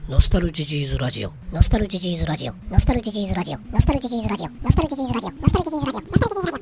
ノスタルジジーズラジオ。ノスタルジジーズラジオ。ノスタルジジーズラジオ。ノスタルジジーズラジオ。ノスタルジジーズラジオ。ノスタルジジーズラジオ。ノスタルジジーズラジ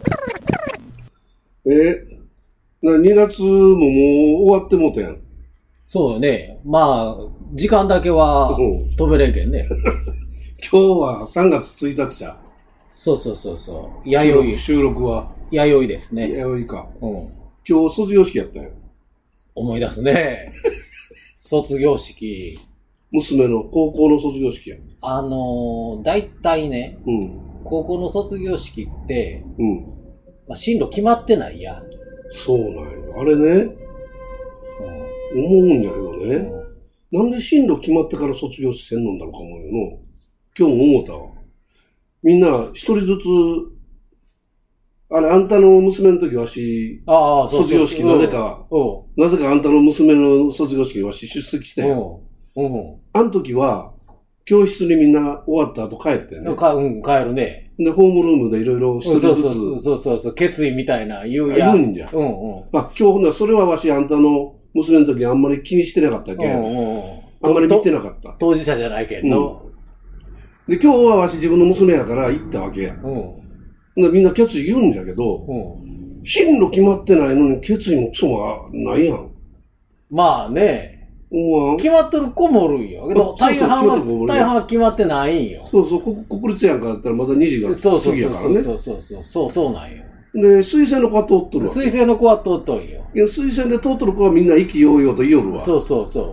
オ。 2月ももう終わってもうたやん。 そうよね。まあ、時間だけは止めれんけんね。 今日は3月1日や。 そうそうそうそう。弥生。 収録は。 弥生ですね。 弥生か。 うん。 今日卒業式やったよ。 思い出すね。卒業式。 娘の高校の卒業式や。 だいたいね、 うん。 高校の卒業式って、 うん。 まあ、進路決まってないや。 そうなんよ。あれね、思うんじゃけどね、なんで進路決まってから卒業せんのんだろうか思うよの。今日も思ったわ。みんな一人ずつ、あれ、あんたの娘の時わし、卒業式なぜかあんたの娘の卒業式わし出席したよ。あの時は、教室にみんな終わった後帰ってね。 帰るね。 で、ホームルームでいろいろ一人ずつ。 そう、決意みたいな言う言うんじゃ。今日ほんならそれはわしあんたの娘の時あんまり気にしてなかったけん。あんまり見てなかった。 当事者じゃないけんの。 で、今日はわし自分の娘やから行ったわけや。でみんな決意言うんじゃけど、進路決まってないのに決意もクソもないやん。 まあね。決まってる子もおるんよ。けど、大半は決まってないんよ。 そう、国立やんかだったらまだ2時が次やからね。 そうなんよ。 で、推薦の子は通っとるわけ。 推薦の子は通っとんよ。 推薦で通っとる子はみんな意気揚々と言おるわ。 そう。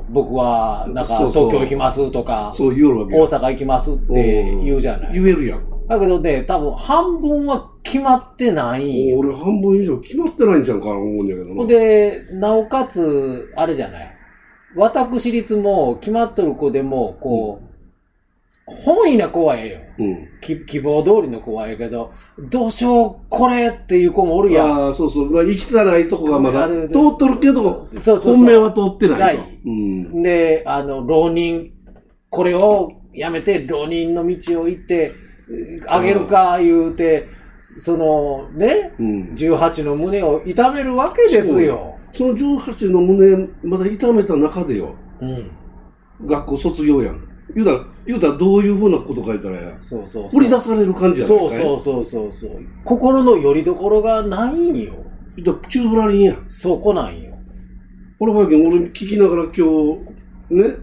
僕は、なんか、東京行きますとか、 そう言おるわけ。 大阪行きますって言うじゃない。 言えるやん。 だけどね、多分半分は決まってないんよ。 俺半分以上決まってないんじゃんかな思うんだけどな。 で、なおかつ、あれじゃない。私立も決まっとる子でも、こう、本意な子はええよ。希望通りの子はええけど、どうしよう、これっていう子もおるやん。 ああ、そう。生きてないとこがまだ、通っとるけど、本命は通ってないと。 で、浪人、これをやめて浪人の道を行って、あげるか、言うて、18の胸を痛めるわけですよ。 その18の胸、まだ痛めた中でよ。学校卒業やん。言うたらどういうふうなこと書いたらや。掘り出される感じやないかい。 そう。心の拠り所がないんよ。 チューブラリンやん。 そこなんよ。 俺聞きながら今日、ね。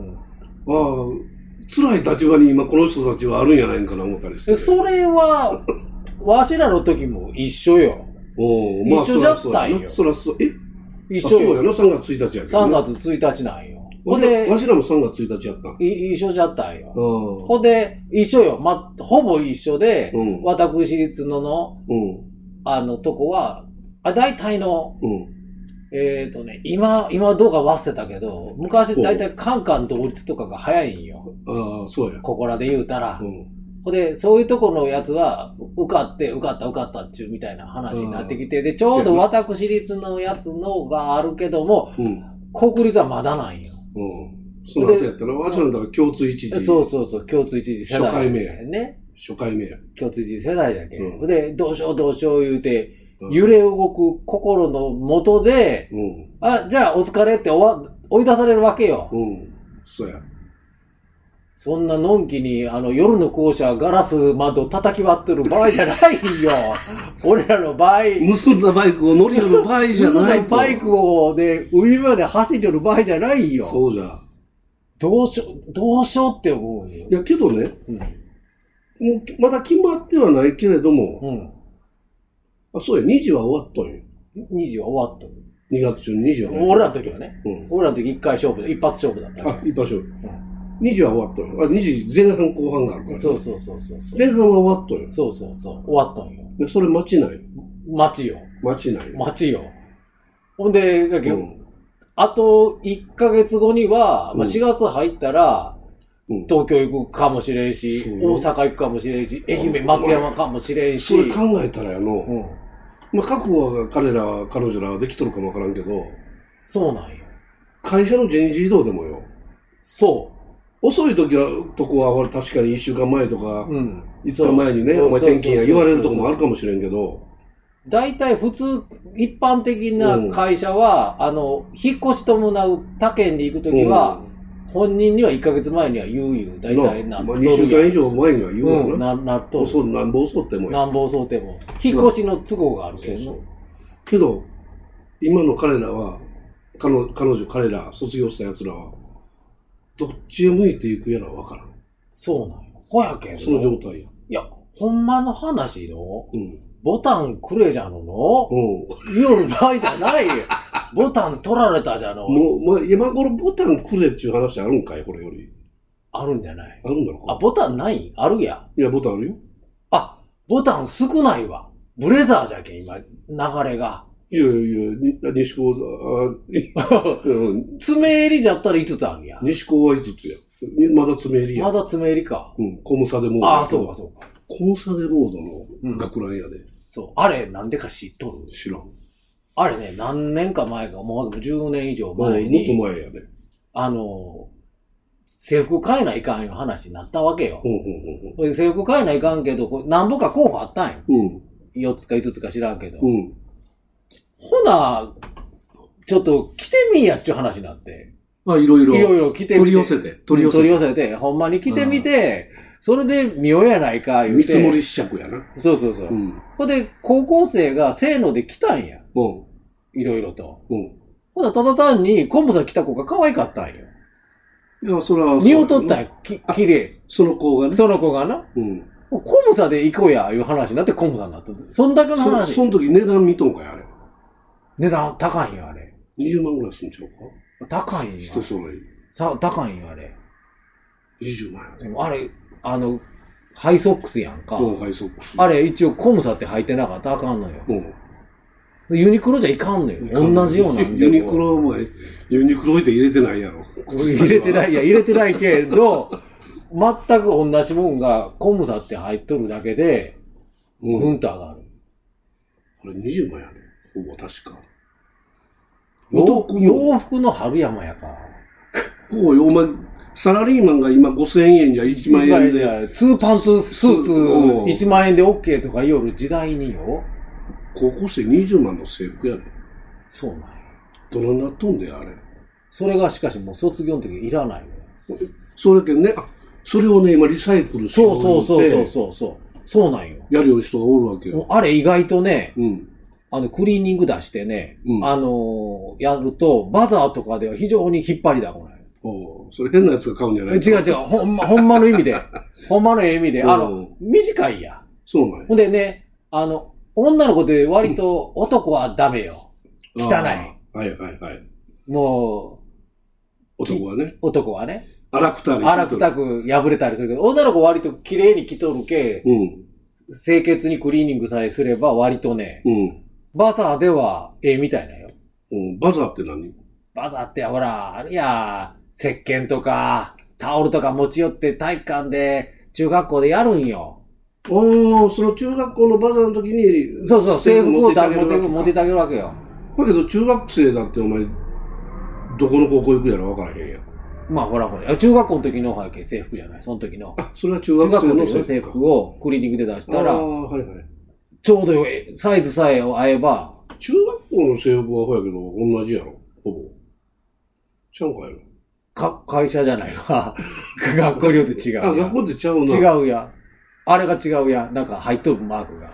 辛い立場に今この人たちはあるんやないんかな思ったりして。 それは、わしらの時も一緒よ。一緒じゃったんよ。 一緒よ。そうやな、3月1日やけど、 ね。3月1日なんよ。 わしらも3月1日やった。 一緒じゃったんよ。ほんで、一緒よ。ほぼ一緒で、私立のとこは、大体の、今どうか忘れたけど、昔大体カンカン同率とかが早いんよ。 そうや。 ここらで言うたら。ほんで、そういうとこのやつは、受かったっちゅうみたいな話になってきて、で、ちょうど私立のやつのがあるけども、国立はまだないよ。 その後やったら、わしらの共通一時。 そう、共通一時世代。 初回目や。 初回目や。 共通一時世代だけ。で、どうしよう言うて、揺れ動く心の元で、じゃあお疲れって追い出されるわけよ。 そうや。 そんなのんきに、夜の校舎ガラス窓叩き割ってる場合じゃないよ。俺らの場合。 盗んだバイクを乗り寄る場合じゃないと。 盗んだバイクをね、海まで走り寄る場合じゃないよ。 そうじゃ。 どうしようって思うよ。 いや、けどね、もうまだ決まってはないけれども、そうや、2時は終わっとんよ。 2時は終わっとん。 2月中に2時は終わっとん。 俺らの時はね。俺らの時一発勝負だった。 一発勝負。2時は終わっとんよ。2時前半後半があるから、ね。そう。前半は終わっとんよ。 そう。終わっとんよ。 で、それ待ちない。 待ちよ。 待よ。 ほんで、あと1ヶ月後には、4月入ったら、東京行くかもしれんし、大阪行くかもしれんし、愛媛、松山かもしれんし。 それ考えたらやの、覚悟は彼女らはできとるかもわからんけど、 そうなんよ。 会社の人事異動でもよ。 そう。 遅いとこは確かに1週間前とか、5日前にね、お前転勤や言われるとこもあるかもしれんけど、 大体普通、一般的な会社は、引っ越し伴う他県に行くときは、 本人には1ヶ月前には言う、だいたいなっとる 2週間以上前には言うわな。 なっとる。 なんぼ襲ってもなんぼ襲っても。引っ越しの都合があるけど。 そうけど、今の彼らは、彼ら、卒業した奴らは、どっちへ向いていくやらわからん。 そうなんよ。ほやけど。 その状態や。 いや、ほんまの話の、 うんボタンくれじゃのの、言う場合じゃないよ。ボタン取られたじゃの。 もう、今頃ボタンくれっちゅう話あるんかいこれより。 あるんじゃない？ あるんだろうか。 あ、ボタンないあるや。 いや、ボタンあるよ。 あ、ボタン少ないわ。ブレザーじゃけん、今、流れが。 いや、西高、 爪襟じゃったら5つあるや。 西高は5つや。まだ爪襟や。 まだ爪襟か。 コムサデモード。 ああ、そうかそうか。 コムサデモードの学ランやで。 そう。あれ、なんでか知っとる？ 知らん。 あれね、何年か前か、もう10年以上前に。 もっと前やね。 制服変えないかんいう話になったわけよ。制服変えないかんけど、何ぼか候補あったんよ。4つか5つか知らんけど。ほな、ちょっと来てみやっちゅう話になって。 まあ、いろいろ来てみて。 取り寄せて。 ほんまに来てみて、それで見ようやないか、言うて。 見積もり試着やな。 そう。ほんで、高校生がせーので来たんや。いろいろと。ほな、ただ単に、コンボさん来た子が可愛かったんよ。 いや、それは。 見を取ったんや、綺麗。 その子がね。 その子がな。コムサで行こうや、いう話になってコムサになった。そんだけの話。 その時値段見とんかい、あれ。 値段高いんよ、あれ。 20万ぐらいすんちゃうか？ 高いんよ。 人揃い。 高いんよ、あれ。 20万やでもあれ、ハイソックスやんか。 ハイソックス。 あれ、一応コムサって履いてなかったらあかんのよ。ユニクロじゃいかんのよ。同じようなんで。 ユニクロって入れてないやろ。 入れてないけど、全く同じもんがコムサって入っとるだけで、ぐんと上がる。 これ20万やね。ほぼ確か。 洋服の春山やか。 お前、サラリーマンが今5000円じゃ1万円で。 ツーパンツスーツ1万円で OK とか言おる時代によ。 高校生20万の制服やね。 そうなんや。 どないなっとんであれ。 それがしかしもう卒業の時いらないのよ。 それけんね、それをね、今リサイクルしてそうなんよ。 やるよう人がおるわけよ。 あれ意外とね、クリーニング出してね、やると、バザーとかでは非常に引っ張りだこない。 それ変なやつが買うんじゃない？ 違う。ほんまの意味で。ほんまの意味で。短いや。 そうなんや。 ほんでね、女の子で割と男はダメよ。汚い。 はい。 もう、男はね。 荒くたく破れたりするけど、女の子割と綺麗に着とるけ、清潔にクリーニングさえすれば割とね、バザーではみたいなよ。 バザーって何？ バザーってほら、あれや、石鹸とか、タオルとか持ち寄って体育館で、中学校でやるんよ。 その中学校のバザーの時に、 そう、制服を持ってあげるわけよ。 だけど中学生だってお前、どこの高校行くやら分からへんやん。 まあほら、中学校の時の制服じゃない、その時の。 それは中学生の制服をクリーニングで出したら、 はい。 ちょうどサイズさえ合えば。 中学校の制服はほやけど、同じやろ、ほぼ。ちゃうんかやろ。 会社じゃないわ。学校によって違う。 学校ってちゃうな。 違うや。あれが違うや。なんか入っとるマークが。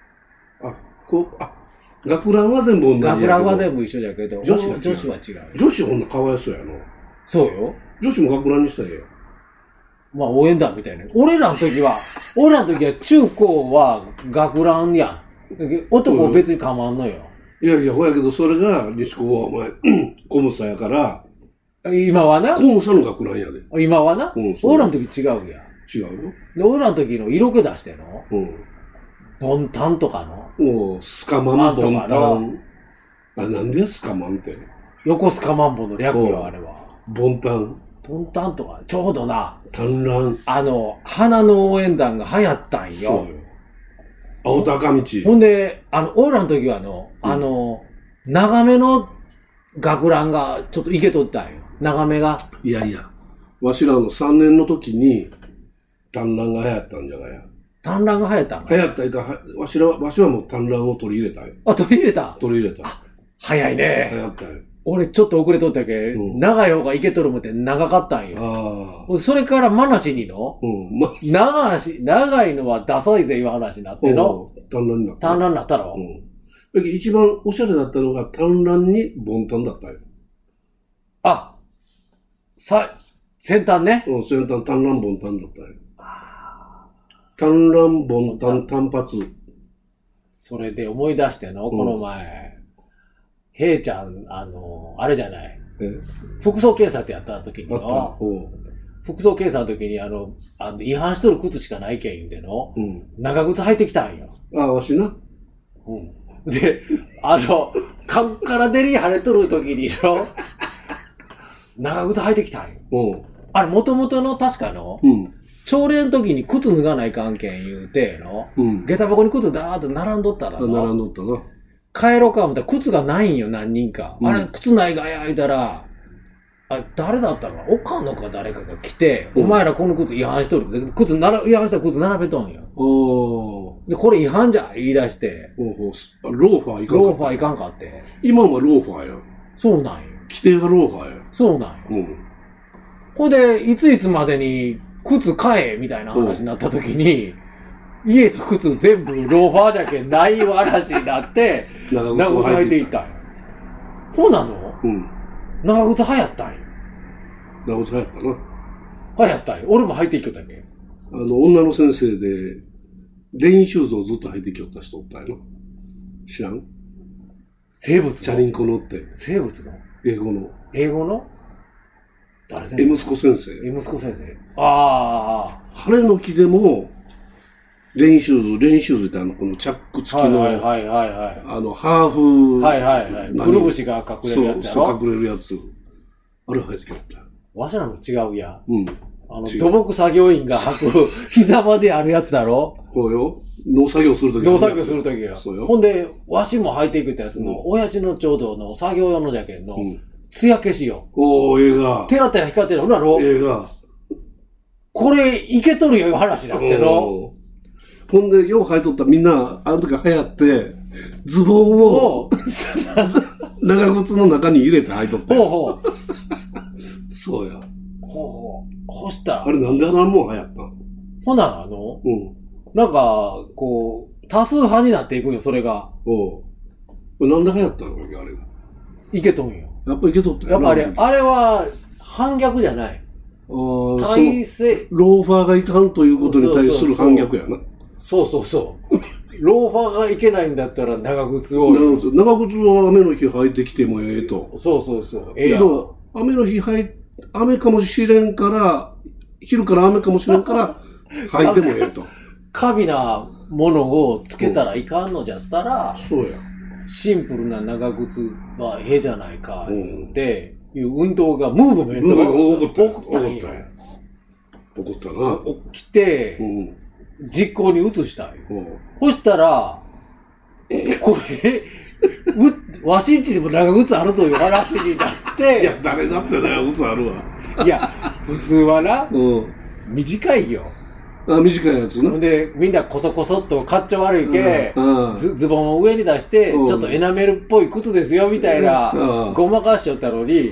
学ランは全部同じやけど。 学ランは全部一緒じゃけど、女子は違う。 女子ほんのかわいそうやな。 そうよ。 女子も学ランにしたらええやん。 まあ応援団みたいな。俺らの時は中高は学ランやん。男別に構わんのよ。 いや、ほやけど、それが、西高はお前、コムサやから、 今はな。 コムサの学ランやで。 今はな。俺らの時違うやん。 違うよ。 で、俺らの時の色気出しての。ボンタンとかの。 スカマン、ボンタン。なんでスカマンって。 横スカマンボの略よ、あれは。 ボンタン。 ボンタンとか、ちょうどな。 単乱。 花の応援団が流行ったんよ。 そうよ。青田赤道。 ほんで、俺らの時は長めの学ランがちょっといけとったんよ。長めが。 いや。わしらの3年の時に、単乱が流行ったんじゃがや。 単乱が流行ったんか？ 流行ったいか、わしはもう単乱を取り入れたよ。 取り入れた。 取り入れた。 早いね。 流行ったよ。 俺ちょっと遅れとったけ、長い方がいけとるもんって長かったんよ。それからマナシにの、長いのはダサいぜいう話になっての。 短乱になった。 短乱になったろ。 一番おしゃれだったのが短乱に凡短だったよ。 あ、先端ね。 先端、短乱凡短だったよ。短乱凡短単発。 それで思い出しての、この前。ヘイちゃん、あれじゃない。服装検査ってやった時にの、服装検査の時に違反しとる靴しかないけん言うての、長靴履いてきたんよ。 わしな。 で、カンからデリー晴れとる時にの、長靴履いてきたんよ。あれ、もともとの確かの、朝礼の時に靴脱がない関係言うての、下駄箱に靴ダーッと並んどったらの。 並んどったな。 帰ろうか思ったら靴がないんよ、何人か。あれ、靴ないがや、言うたら、誰だったかな、岡野か誰かが来て、お前らこの靴違反しとる。違反した靴並べとんよ。で、これ違反じゃ、言い出して。 ローファーいかんかった。 ローファーいかんかって。 今はローファーや。 そうなんよ。 規定がローファーや。 そうなんよ。ほんで、いついつまでに靴買え、みたいな話になった時に、家と靴全部ローファーじゃけんない話になって、長靴履いていったんよ。そうなの？長靴流行ったんよ。 長靴流行ったな。 流行ったんよ。俺も履いていきよったけん。 女の先生で、レインシューズをずっと履いていきよった人おったんよ。知らん？ 生物の？ チャリンコ乗って。 生物の？ 英語の？ 英語の？誰先生？ 息子先生。 息子先生。ああ。 晴れの日でも、レインシューズってこのチャック付きの、ハーフ、 くるぶしが隠れるやつやろ？ そう、隠れるやつ。あれ履いてきよった。 わしらの違うや。土木作業員が履く、膝まであるやつだろ？ そうよ。農作業するとき。 農作業するときや。そうよ。ほんで、わしも履いていくってやつの、親父のちょうどの作業用のじゃけんの、艶消しよ。 映画。 テラテラ光ってるほらろ？ 映画。 これ、いけとるよ、話だっての。 ほんで、よう履いとったみんな、あの時流行って、ズボンを、長靴の中に入れて履いとったよ。そうや。 干した。 あれなんであんなもん流行ったん？ ほな、なんか、こう、多数派になっていくんよ、それが。 なんで流行ったのあれが。 いけとんよ。 やっぱいけとったよ。 やっぱあれは、反逆じゃない。体制。 ローファーがいかんということに対する反逆やな。 そう。ローファーがいけないんだったら長靴を。 長靴は雨の日履いてきてもええと。 そう。 けど、雨の日雨かもしれんから、昼から雨かもしれんから、履いてもええと。 過敏なものをつけたらいかんのじゃったら、 そうや。 シンプルな長靴はええじゃないか、っていう運動が、ムーブメントが起こったんよ。 起こったな。 起きて、実行に移したんよ。そしたら、これ、わしんちにも長靴あるという話になって。 いや、誰だって長靴あるわ。 いや、普通はな、短いよ。 短いやつな。 で、みんなこそこそっとかっちょ悪いけ、ズボンを上に出して、ちょっとエナメルっぽい靴ですよ、みたいな、ごまかしちゃったのに、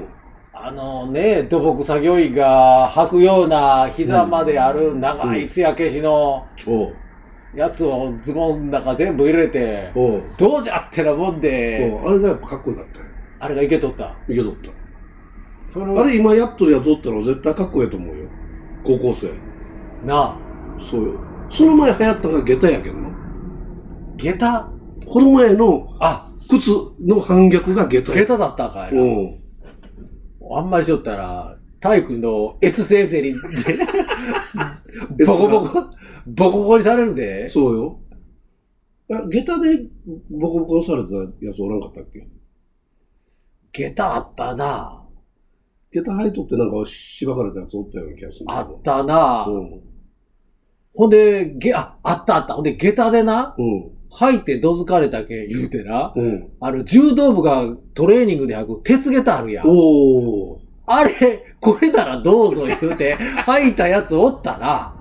土木作業員が履くような膝まである長い艶消しのやつをズボンの中全部入れて、どうじゃってなもんで、 あれがやっぱかっこよかったよ。 あれがいけとった。 いけとった。あれ今やっとるやつおったら絶対かっこいいと思うよ。高校生。 なあ。 そうよ。その前流行ったのが下駄やけんの。 下駄？ この前の靴の反逆が下駄や。 下駄だったかいな。あんまりしよったら、体育の S 先生にボコボコにされるで。 そうよ。下駄でボコボコにされたやつおらんかったっけ？ 下駄あったな。 下駄履いとってなんかしばかれたやつおったような気がする。 あったな。ほんで、あった。ほんで、下駄でな、履いてどづかれたけ言うてな、柔道部がトレーニングで履く鉄下駄あるやん。あれ、これならどうぞ言うて、履いたやつおったな。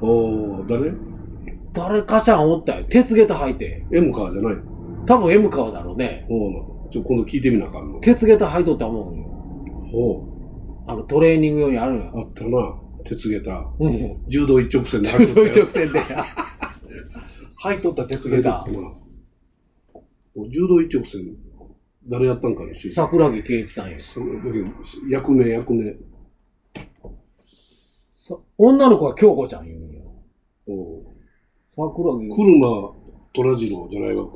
誰かしらんおったよ。鉄下駄履いて。 M カーじゃない？ 多分 M カーだろうね。 今度聞いてみなあかんの。 鉄下駄履いとったもんよ。 ほう。 トレーニング用にあるんや。 あったな。鉄下駄。 うん。 柔道一直線で柔道一直線で。履いとった鉄下駄。 柔道一直線、誰やったんかね、 桜木圭一さんや。 役名。 女の子は京子ちゃん言うんよ。桜木。 車、虎次郎じゃないわ。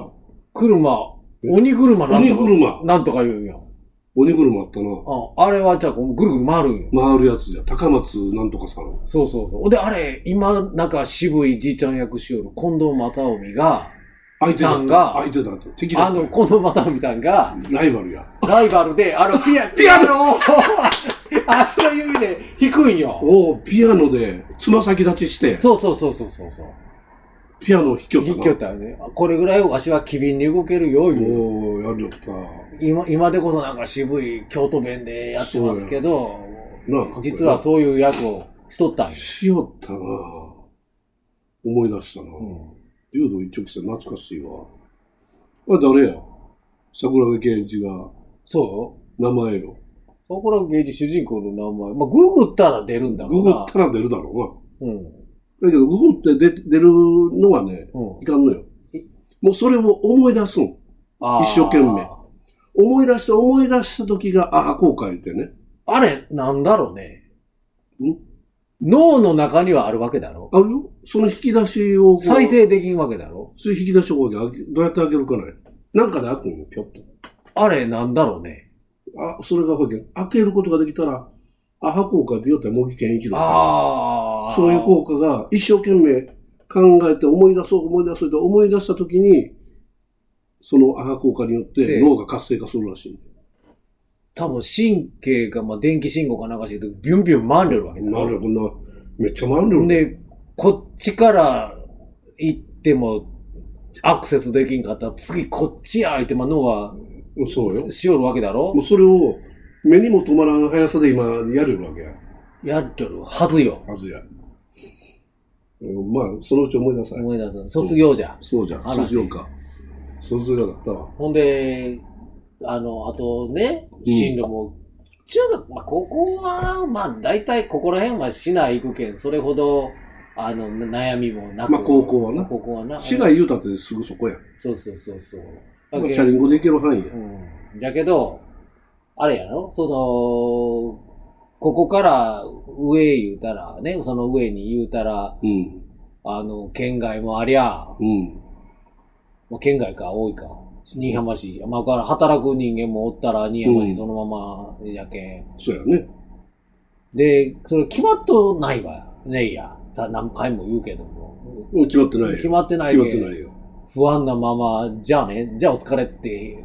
鬼車なんとか言うんよ。 鬼車あったな。 あれはじゃあぐるぐる回るんよ。 回るやつじゃ。高松なんとかさん。 そう。で、あれ、今、なんか渋いじいちゃん役しよる近藤正臣が、 相手だった。敵だった。 近藤正臣さんが、 ライバルで、 ピアノを、足の指で弾くんよ。 ピアノで、つま先立ちして。 そう。 ピアノを弾きよったな。 弾きよったよね。これぐらいわしは機敏に動けるよ、 やりよった。 今でこそなんか渋い京都弁でやってますけど、実はそういう役をしとったんよ。 しよったな。思い出したな。柔道一直線懐かしいわ。あれ誰や？桜木圭一が。 そうよ。名前よ。 桜木圭一主人公の名前。まあ、ググったら出るんだろうな。 ググったら出るだろうな。 うん。 だけど、ググって出るのはね、いかんのよ。もうそれを思い出すん。一生懸命。思い出した時が、こうか言ってね。 あれ、なんだろうね。脳の中にはあるわけだろ。 あるよ。その引き出しを。 再生できんわけだろ。 そういう引き出しをどうやって開けるかない。なんかで開くんよ、ぴょっと。 あれ、なんだろうね。 それが開けることができたら、効果って言ったら茂木健一郎さん。そういう効果が一生懸命考えて思い出そうと思い出したときに、その効果によって脳が活性化するらしい。 多分神経が電気信号かなんかしてビュンビュン回るわけだ。 回る、こんな、めっちゃ回る。 で、こっちから行ってもアクセスできんかったら次こっちや相手脳はそうよ。 しよるわけだろ。 もうそれを目にも止まらん速さで今やるわけや。 やってるはずよ。 はずや。まあ、そのうち思い出さい。 思い出す。卒業じゃ。 そうじゃ。卒業か。卒業だったわ。 ほんで、あとね、進路も、中学、高校は、大体ここら辺は市内行くけん、それほど、悩みもなく。 高校はな。市外言うたってすぐそこや。 そう。 チャリンコで行ける範囲や。 じゃけど、あれやろここから上言うたら、ね、その上に言うたら、県外もありゃ、県外か、多いか。新居浜市。だから働く人間もおったら、新居浜市そのままやけん。 そうやね。 で、それ決まっとないわ。ねえや。何回も言うけども。 決まってないよ。 決まってないよ。不安なまま、じゃあお疲れって、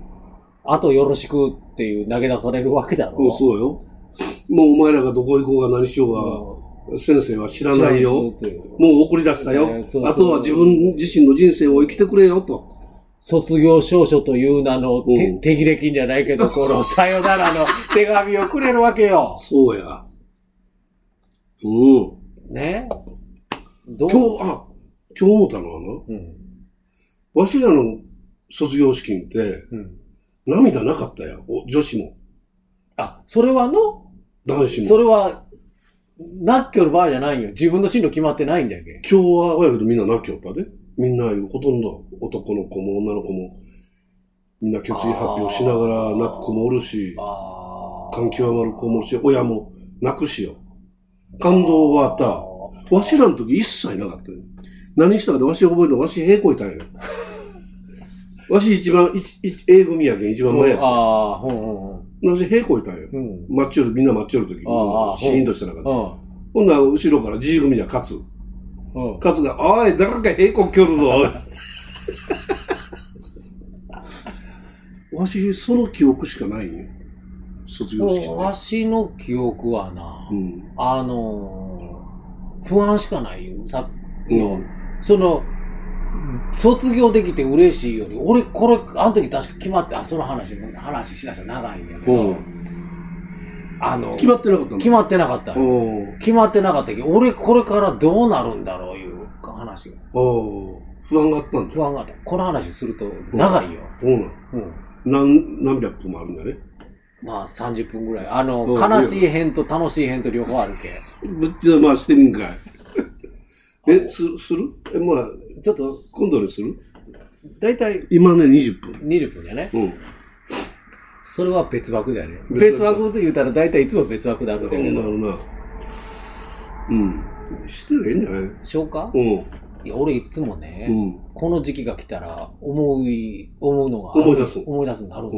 あとよろしくっていう投げ出されるわけだろ。 そうよ。もうお前らがどこ行こうが何しようが、先生は知らないよ。もう送り出したよ。あとは自分自身の人生を生きてくれよと。 卒業証書という名の手切れ金じゃないけど、このさよならの手紙をくれるわけよ。 そうや。 ね。 今日思ったのはな、わしらの卒業式って、涙なかったや、女子も。 それは男子も。 それは、泣きよる場合じゃないよ。自分の進路決まってないんだけ。 今日は、親けどみんな泣きよったで。みんな、ほとんど、男の子も女の子も、みんな決意発表しながら泣く子もおるし、感極まる子もおるし、親も泣くしよ。感動はあった。わしらの時一切なかったよ。何したかでわし覚えるのわし平行いたんや。わし一番、A 組やけん一番前や。わし平行いたんや。みんな待っちょる時に、シーンとした中で。ほんなら後ろから G 組じゃ勝つ。勝つが、おい、誰か平行来るぞ、おい。わし、その記憶しかないんよ。卒業式、ね。 わしの記憶はな、不安しかないよ。卒業できて嬉しいより、俺、あの時確か決まって、その話しだしたら長いんだけど、 決まってなかったの？ 決まってなかった。決まってなかったけど、俺、これからどうなるんだろういう話が。 不安があったんだ。 不安があった。この話すると長いよ。 何百分もあるんだね。 まあ30分ぐらい。悲しい編と楽しい編と両方あるけ。 ぶっちゃまあしてみんかい。するまあ、 ちょっと、 今度にするだいたい今ね、20分。 20分じゃね。 うん。 それは別枠じゃね。別枠と言うたらだいたいいつも別枠であるんじゃけど。 なるな。うん。してりゃいいんじゃない？ 消化？ うん。 いや、俺いつもね、この時期が来たら、思うのが思い出すようになる。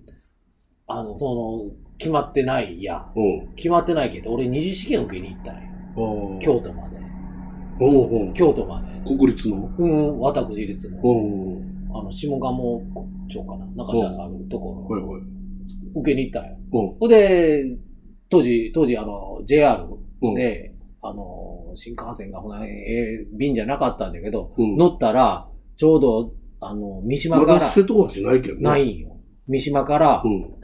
決まってない決まってないけど、俺二次試験受けに行ったんよ。京都まで。京都まで。 国立の？ 私立の。下鴨町かななんかあるところ。受けに行ったんよ。ほんで、当時JR で、新幹線が便じゃなかったんだけど、乗ったら、ちょうど、三島から、 瀬戸橋ないけどね。 ないんよ。三島から、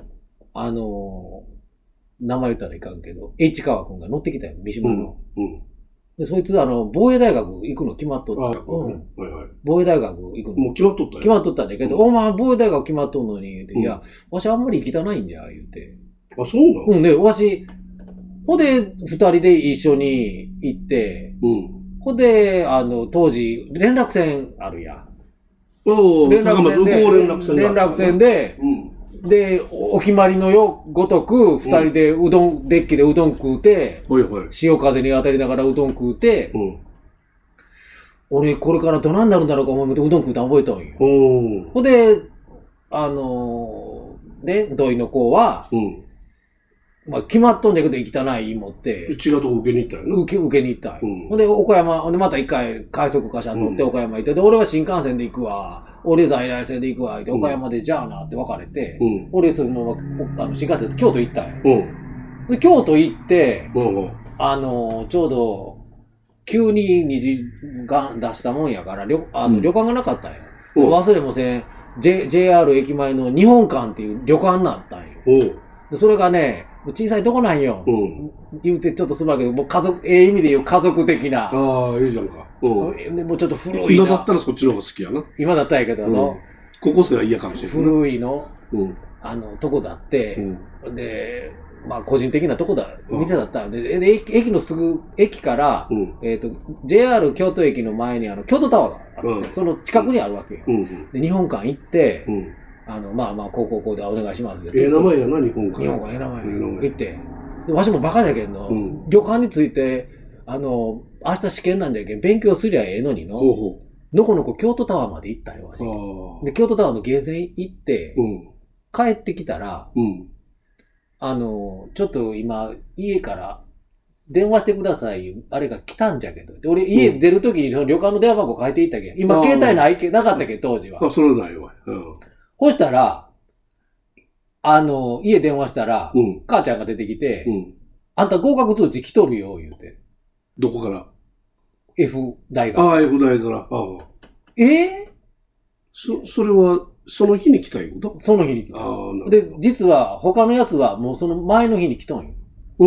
名前言ったらいかんけど、H 川くんが乗ってきたよ、三島の。で、そいつ、防衛大学行くの決まっとった。防衛大学行くの。 もう決まっとったよ。 決まっとったんだけど、お前、防衛大学決まっとんのに、いや、わしあんまり行きたないんじゃ、言うて。 あ、そうなの？ で、わし、ほんで、二人で一緒に行って、ほんで、当時、連絡船あるや。 連絡船で、 で、お決まりのごとく、二人でデッキでうどん食うて、潮風に当たりながらうどん食うて、俺、これからどなんなるんだろうか思ってうどん食うたん覚えたんよ。ほんで、土井の子は、まあ、決まっとんだけど行きたない思って。 違うとこ受けに行ったよね。 受けに行ったんよ。ほんで、岡山、ほんでまた一回快速貨車乗って岡山行って、で、俺は新幹線で行くわ。俺在来線で行くわ。で、岡山でじゃあなって別れて、俺そのまま、新幹線で京都行ったんよ。で、京都行って、ちょうど、急に虹が出したもんやから、旅館がなかったんよ。忘れもせん、JR 駅前の日本館っていう旅館になったんよ。でそれがね、小さいとこなんよ。言うてちょっとすまんけど、もう意味で言う家族的な。 ああ、いいじゃんか。 でもうちょっと古いな。 今だったらそっちの方が好きやな。 今だったんやけど、 高校生は嫌かもしれない。 古いの、とこだって、で、まあ個人的なとこ店だったんで、駅の駅から、JR 京都駅の前に京都タワーがあって、その近くにあるわけよ。で、日本館行って、まあ、こうでお願いします。 名前やな、日本館。 日本館、名前。行って。で、わしもバカだけど、旅館について、明日試験なんだけど、勉強すりゃええのにの。のこのこ京都タワーまで行ったよ、わし。で、京都タワーのゲーセン行って、帰ってきたら、ちょっと今、家から電話してください、あれが来たんじゃけど。で、俺家出るときに旅館の電話番号変えていったけん。今、携帯なかったけど、当時は。 それないわ。 そしたら、家電話したら、母ちゃんが出てきて、あんた合格通知来とるよ、言うて。 どこから？ F 大学。 ああ、F 大から。それは、その日に来たいうこと？ その日に来た。で、実は、他のやつはもうその前の日に来とんよ。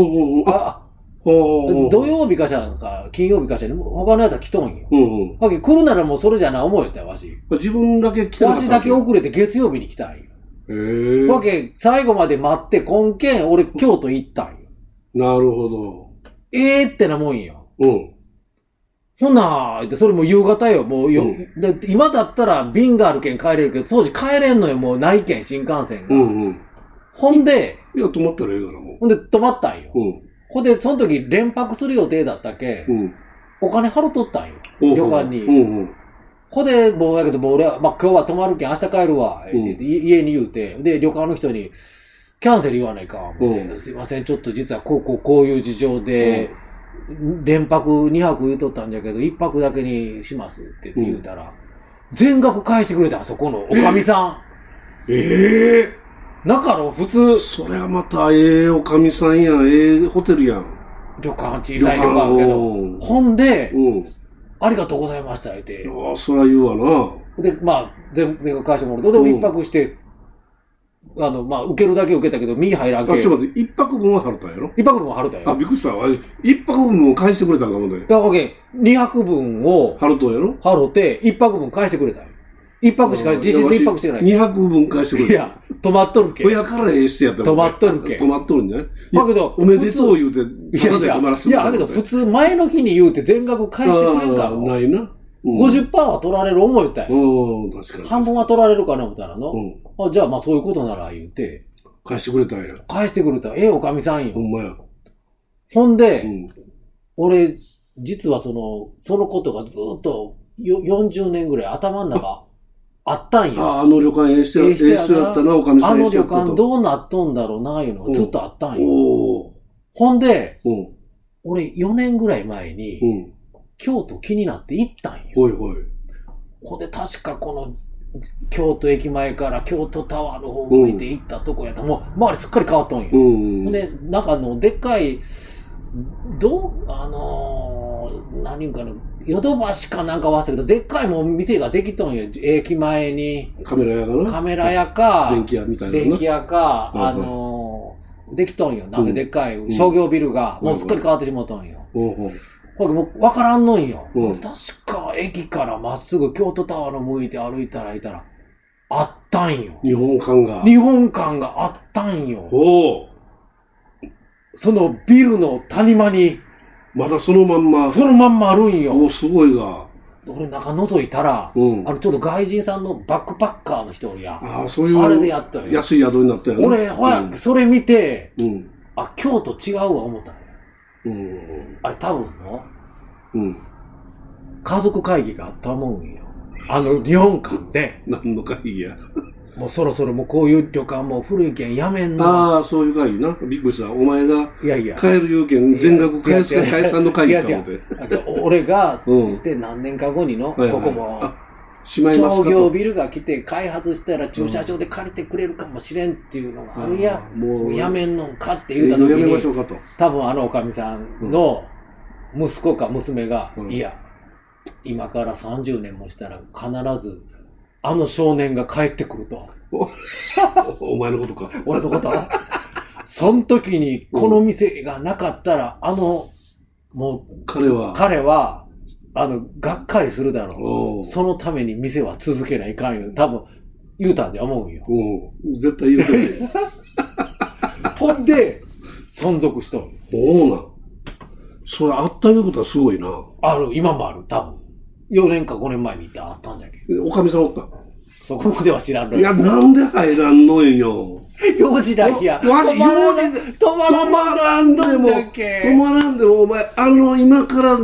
土曜日かしらか、金曜日かしら、他のやつは来とんよ。来るならもうそれじゃな思うよったよ、わし。 自分だけ来た。 わしだけ遅れて月曜日に来たんよ。わけ、最後まで待って、今見、俺京都行ったんよ。 なるほど。 ってなもんよ。そんなーって、それも夕方よ、もうで今だったら便があるけん帰れるけど、当時帰れんのよ、もうないけん、新幹線が。ほんで、 いや、泊まったらええからもう。 ほんで、泊まったんよ。ほんで、その時連泊する予定だったけ、お金払っとったんよ。旅館に。ほんで、もうやけど、もう俺は、まあ、今日は泊まるけん、明日帰るわ、って言って、家に言うて、で、旅館の人に、キャンセル言わないか、思って、すいません、ちょっと実はこういう事情で、連泊2泊言うとったんじゃけど、1泊だけにしますって言うたら、全額返してくれた、そこのおかみさん。中の普通。それはまたおかみさんや、ホテルやん。 旅館、小さい旅館けど。ほんで、ありがとうございました、言って。 そら言うわな。 で、まあ、全額返してもらうと、で、俺1泊して、まあ、受けるだけ受けたけど、身入らんけ。 ちょっと待って、1泊分は払ったんやろ？ 1 泊分は払ったんやろ。 びっくりした。1泊分を返してくれたんかもね。 2泊分を、 払ったんやろ？ 払って、1泊分返してくれたんや。 一泊しか、実質一泊してない。 2泊分返してくれ。 いや、泊まっとるけ。 親からええしてやったら。 泊まっとるけ。 泊まっとるんじゃない？ だけど、 おめでとう言うて、 いやいや、いや、だけど普通前の日に言うて全額返してくれんから。 ないな。 50% は取られる思いたい。 確かに。 半分は取られるかな思ったらの。じゃあまあそういうことなら言うて。 返してくれたんや。 返してくれた。おかみさんよ。 ほんまや。 ほんで、俺、実はそのことがずっと40年ぐらい頭の中あったんよ。 あの旅館やったな、おかみさん。 あの旅館どうなっとんだろうな、いうのがずっとあったんよ。ほんで、俺4年ぐらい前に、京都気になって行ったんよ。 ほいほい。 ほんで確かこの、京都駅前から京都タワーの方向いて行ったとこやったら、もう周りすっかり変わっとんよ。ほんで、なんかでっかい、何言うかな、ヨドバシかなんか忘れたけど、でっかいもう店ができとんよ。駅前に。 カメラ屋かな？ カメラ屋か、 電気屋みたいな。 電気屋か、できとんよ。なぜでっかい商業ビルが、もうすっかり変わってしまったんよ。これもう分からんのんよ。確か駅からまっすぐ京都タワーの向いて歩いたらあったんよ。 日本館があったんよ。 そのビルの谷間に。 まだそのまんまあるんよ。 すごいが。 俺中覗いたら、ちょっと外人さんのバックパッカーの人や。 そういう。 あれでやったよ。 安い宿になったよね。 俺、それ見て、京都違うわ思ったの。あれ多分家族会議があったもんよ。日本館で。 何の会議や。 もうそろそろもうこういう旅館も古いけんやめんの。 そういう会議な。びっくりした。お前が、帰る有権全額返すか返さんの会議か思って。 俺が、そして何年か後にここも、商業ビルが来て開発したら駐車場で借りてくれるかもしれんっていうのがあるや。もうやめんのかって言った時に、 やめましょうかと。 多分おかみさんの息子か娘が、いや、今から30年もしたら必ず、少年が帰ってくると。 お前のことか。 俺のことその時に、この店がなかったら、もう、彼は、がっかりするだろう。そのために店は続けないかんよ。多分、言うたんで思うんよ。 絶対言うてない。 ほんで、存続しとる。 それあったいうことはすごいな。 今もある、多分。4年か5年前に行ってあったんだけど。 おかみさんおった？ そこまでは知らんのよ。 いや、なんで入らんのよ。 用事だけや。止まらんでも、お前、今から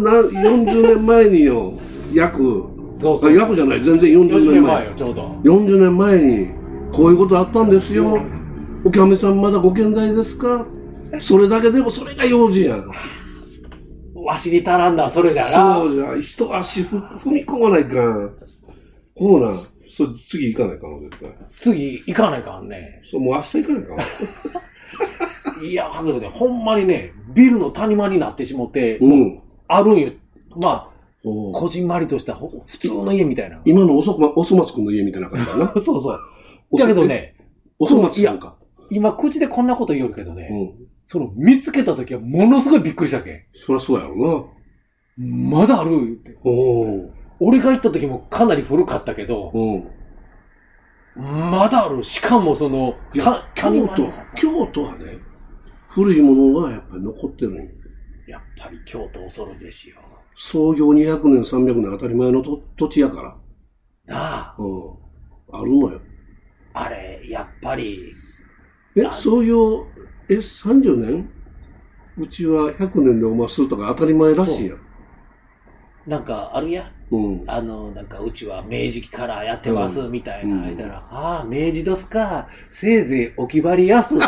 40年前によ、約じゃない、全然40年前よ、ちょうど。40年前に、こういうことあったんですよ。おかみさんまだご健在ですか？それだけでも、それが用事やん。 わしに足らんだ、それじゃな。 そうじゃ、一足踏み込まないかん。ほうな。次行かないかな、絶対。 次行かないかんね。 もう明日行かないかん。いや、だけどね、ほんまにね、ビルの谷間になってしもって、あるんよ。まあ、こじんまりとした普通の家みたいな。 今のおそ松くんの家みたいな感じだな。 そうそう。だけどね、 おそ松さんか。 今、口でこんなこと言うけどね、見つけたときはものすごいびっくりしたけん。 そりゃそうやろな。まだあるって。俺が行った時もかなり古かったけど、まだある。しかも京都はね、古いものがやっぱり残ってる。 やっぱり京都恐るべしよ。 創業200年、300年当たり前の土地やから。 なあ。 あるのよ。 あれ、やっぱり。 創業、30年？うちは100年でおますとか当たり前らしいやん。 なんかあるや。なんかうちは明治期からやってますみたいな。言ったら、明治どすか。せいぜい置き張りやす。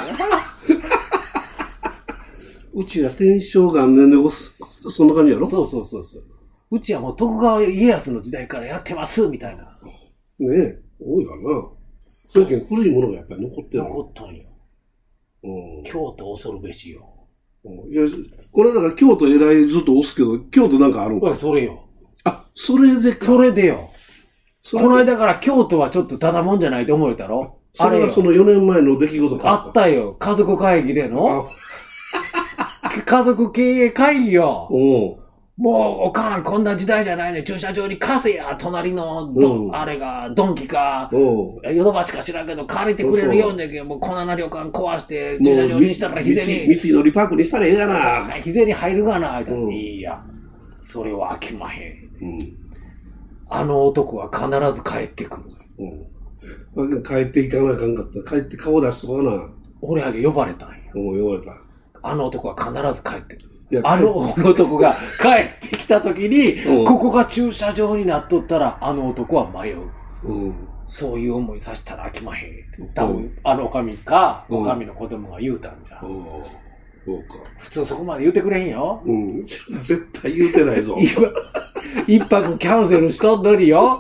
うちは天正元年でそんな感じやろ？ そう。うちはもう徳川家康の時代からやってますみたいな。 ねえ、多いかな。それけん古いものがやっぱり残ってる。 残ったんよ。京都恐るべしよ。 いや、これだから京都偉いずっと押すけど、京都なんかあるんか？ それよ。 それでか。 それでよ。この間から京都はちょっとただもんじゃないと思えたろ？ それはその4年前の出来事か。 あったよ。家族会議での。家族経営会議よ。 もう、おかん、こんな時代じゃないね。駐車場に貸せや。隣のあれが、ドンキか、ヨドバシか知らんけど、借りてくれるようねんけど、もうこんな旅館壊して、駐車場にしたら日銭に。 三井のリパークにしたらええがな。 日銭入るがな。いいや。それは飽きまへん。あの男は必ず帰ってくる。帰っていかなあかんかった。帰って顔出しとかな。 俺あげ呼ばれたんや。 呼ばれた。 あの男は必ず帰ってくる。あの男が帰ってきた時に、ここが駐車場になっとったら、あの男は迷う。そういう思いさせたら飽きまへん。多分、あの女将か、女将の子供が言うたんじゃ。 そうか。 普通そこまで言うてくれんよ。 絶対言うてないぞ。 一泊キャンセルしとんのによ。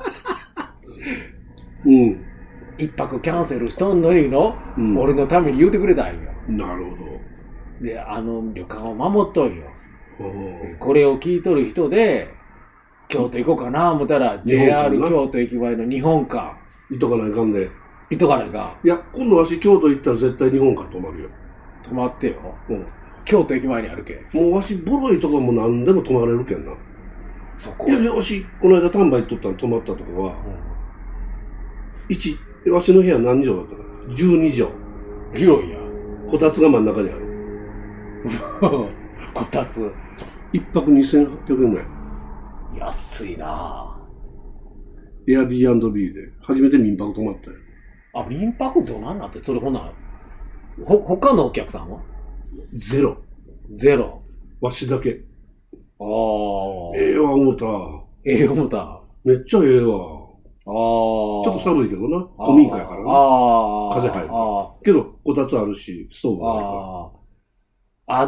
一泊キャンセルしとんのにの、俺のために言うてくれたんよ。 なるほど。 で、あの旅館を守っとんよ。これを聞いとる人で、京都行こうかな思ったら、JR 京都駅前の日本館。 行っとかないかんね。 行っとかないか。 いや、今度わし京都行ったら絶対日本館泊まるよ。 泊まってよ。京都駅前にあるけ。 もうわし、ボロいとこも何でも泊まれるけんな。 そこ。 いや、わし、この間丹波行っとったの泊まったとこは、わしの部屋何畳だったかな ?12 畳。 広いや。 こたつが真ん中にある。 こたつ。 一泊2800円ぐらい。 安いなぁ。 エアビー&ビーで、初めて民泊泊まったよ。 あ、民泊どうなんなって、それほな、他のお客さんはゼロ。わしだけ。 ああ。 ええわ、思った。 思った。めっちゃええわ。ちょっと寒いけどな。古民家やからな。風入るから。けど、こたつあるし、ストーブがあるから。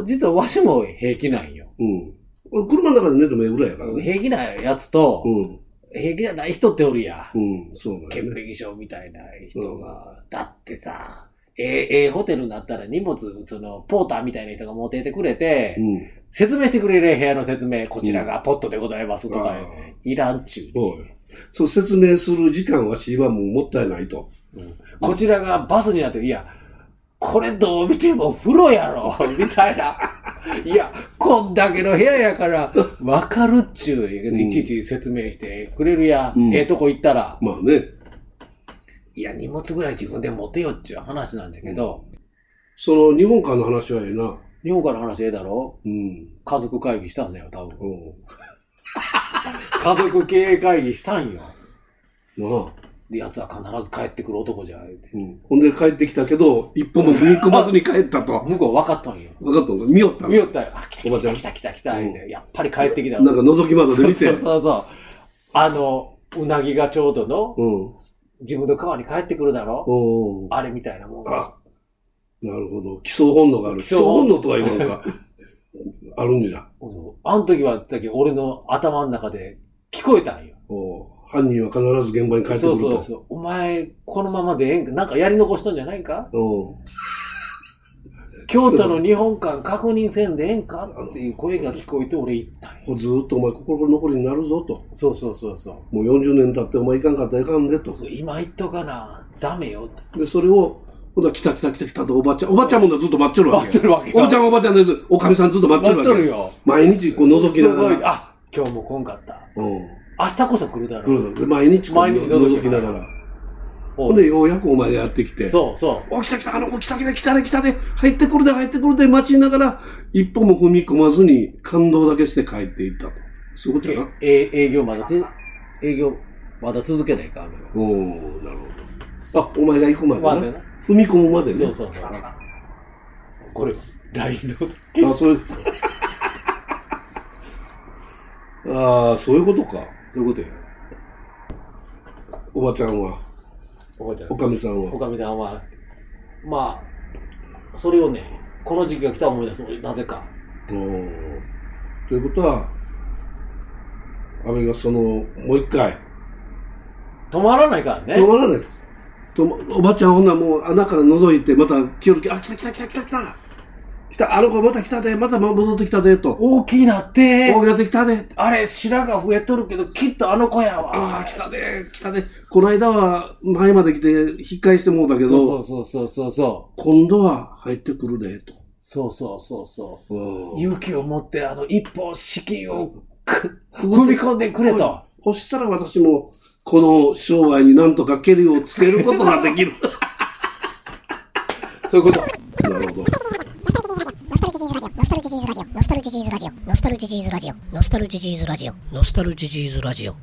実はわしも平気なんよ。 車の中で寝てもええぐらいやからね。 平気なやつと、平気じゃない人っておるや。 そうなん潔癖症みたいな人が。だってさ、ホテルになったら荷物、ポーターみたいな人が持っていてくれて、説明してくれる部屋の説明、こちらがポットでございますとか、いらんちゅう。 そう説明する時間はしはもうもったいないと。 こちらがバスになって、いや、これどう見ても風呂やろみたいな。いや、こんだけの部屋やから、わかるっちゅう。いちいち説明してくれるや。とこ行ったら。 まあね。 いや、荷物ぐらい自分で持てよっちゅう話なんだけど。 その日本館の話はええな。 日本館の話ええだろ家族会議したんだよ、多分。家族経営会議したんよ。で、奴は必ず帰ってくる男じゃん。 ほんで帰ってきたけど、一歩も踏み込まずに帰ったと。 向こう分かったんよ。 分かったんか見よった見よったよ。あ、来た。やっぱり帰ってきた。 なんか覗き窓で見て。 そう。うなぎがちょうどの、自分の川に帰ってくるだろあれみたいなもん。 なるほど。基礎本能がある。基礎本能とは言わんか。あるんじゃ。 あの時は、俺の頭の中で聞こえたんよ。 犯人は必ず現場に帰ってくると。 そう。お前、このままでええんかなんかやり残したんじゃないか京都の日本館確認せんでええんかっていう声が聞こえて俺言ったんよ。 ずーっとお前心残りになるぞと。 そう。 もう40年経ってお前いかんかったらいかんでと。 今言っとかな、ダメよと。 で、それを、ほら、来たとおばちゃんもずっと待っちょるわけ。おばちゃんで、おかみさんずっと待っちょるわけ。 待っちょるよ。 毎日こう覗きながら。 あ、今日も来んかった。明日こそ来るだろう。 毎日こう覗きながら。ほんで、ようやくお前がやってきて。 そう。 お、来た、来たで、入ってくるで、待ちながら、一歩も踏み込まずに感動だけして帰っていったと。そういうことやな。 営業まだ続けないか、 なるほど。あ、お前が行くまでな。踏み込むまでね。 そう。これ、LINE の。そういう。そういうことか。 そういうことよ。 おばちゃんは。おかみさんは。まあ、それをね、この時期が来た思い出す。なぜか。 ということは、安倍がもう一回。 止まらないからね。 止まらない。おばちゃんほんなもう穴から覗いて、また来た。来た、あの子また来たで、また戻ってきたで、と。 大きいなって。 大きなってきたで。 あれ、白が増えとるけど、きっとあの子やわ。 来たで。この間は前まで来て、引っ返してもうだけど。 そう。 今度は入ってくるで、と。 そうそうそうそう。 うん勇気を持って一歩資金を踏み込んでくれと。 そしたら私もこの商売になんとかケリをつけることができる。 そういうこと。 なるほど。 ノスタルジーズラジオノスタルジーズラジオノスタルジーズラジオノスタルジーズラジオノスタルジーズラジオ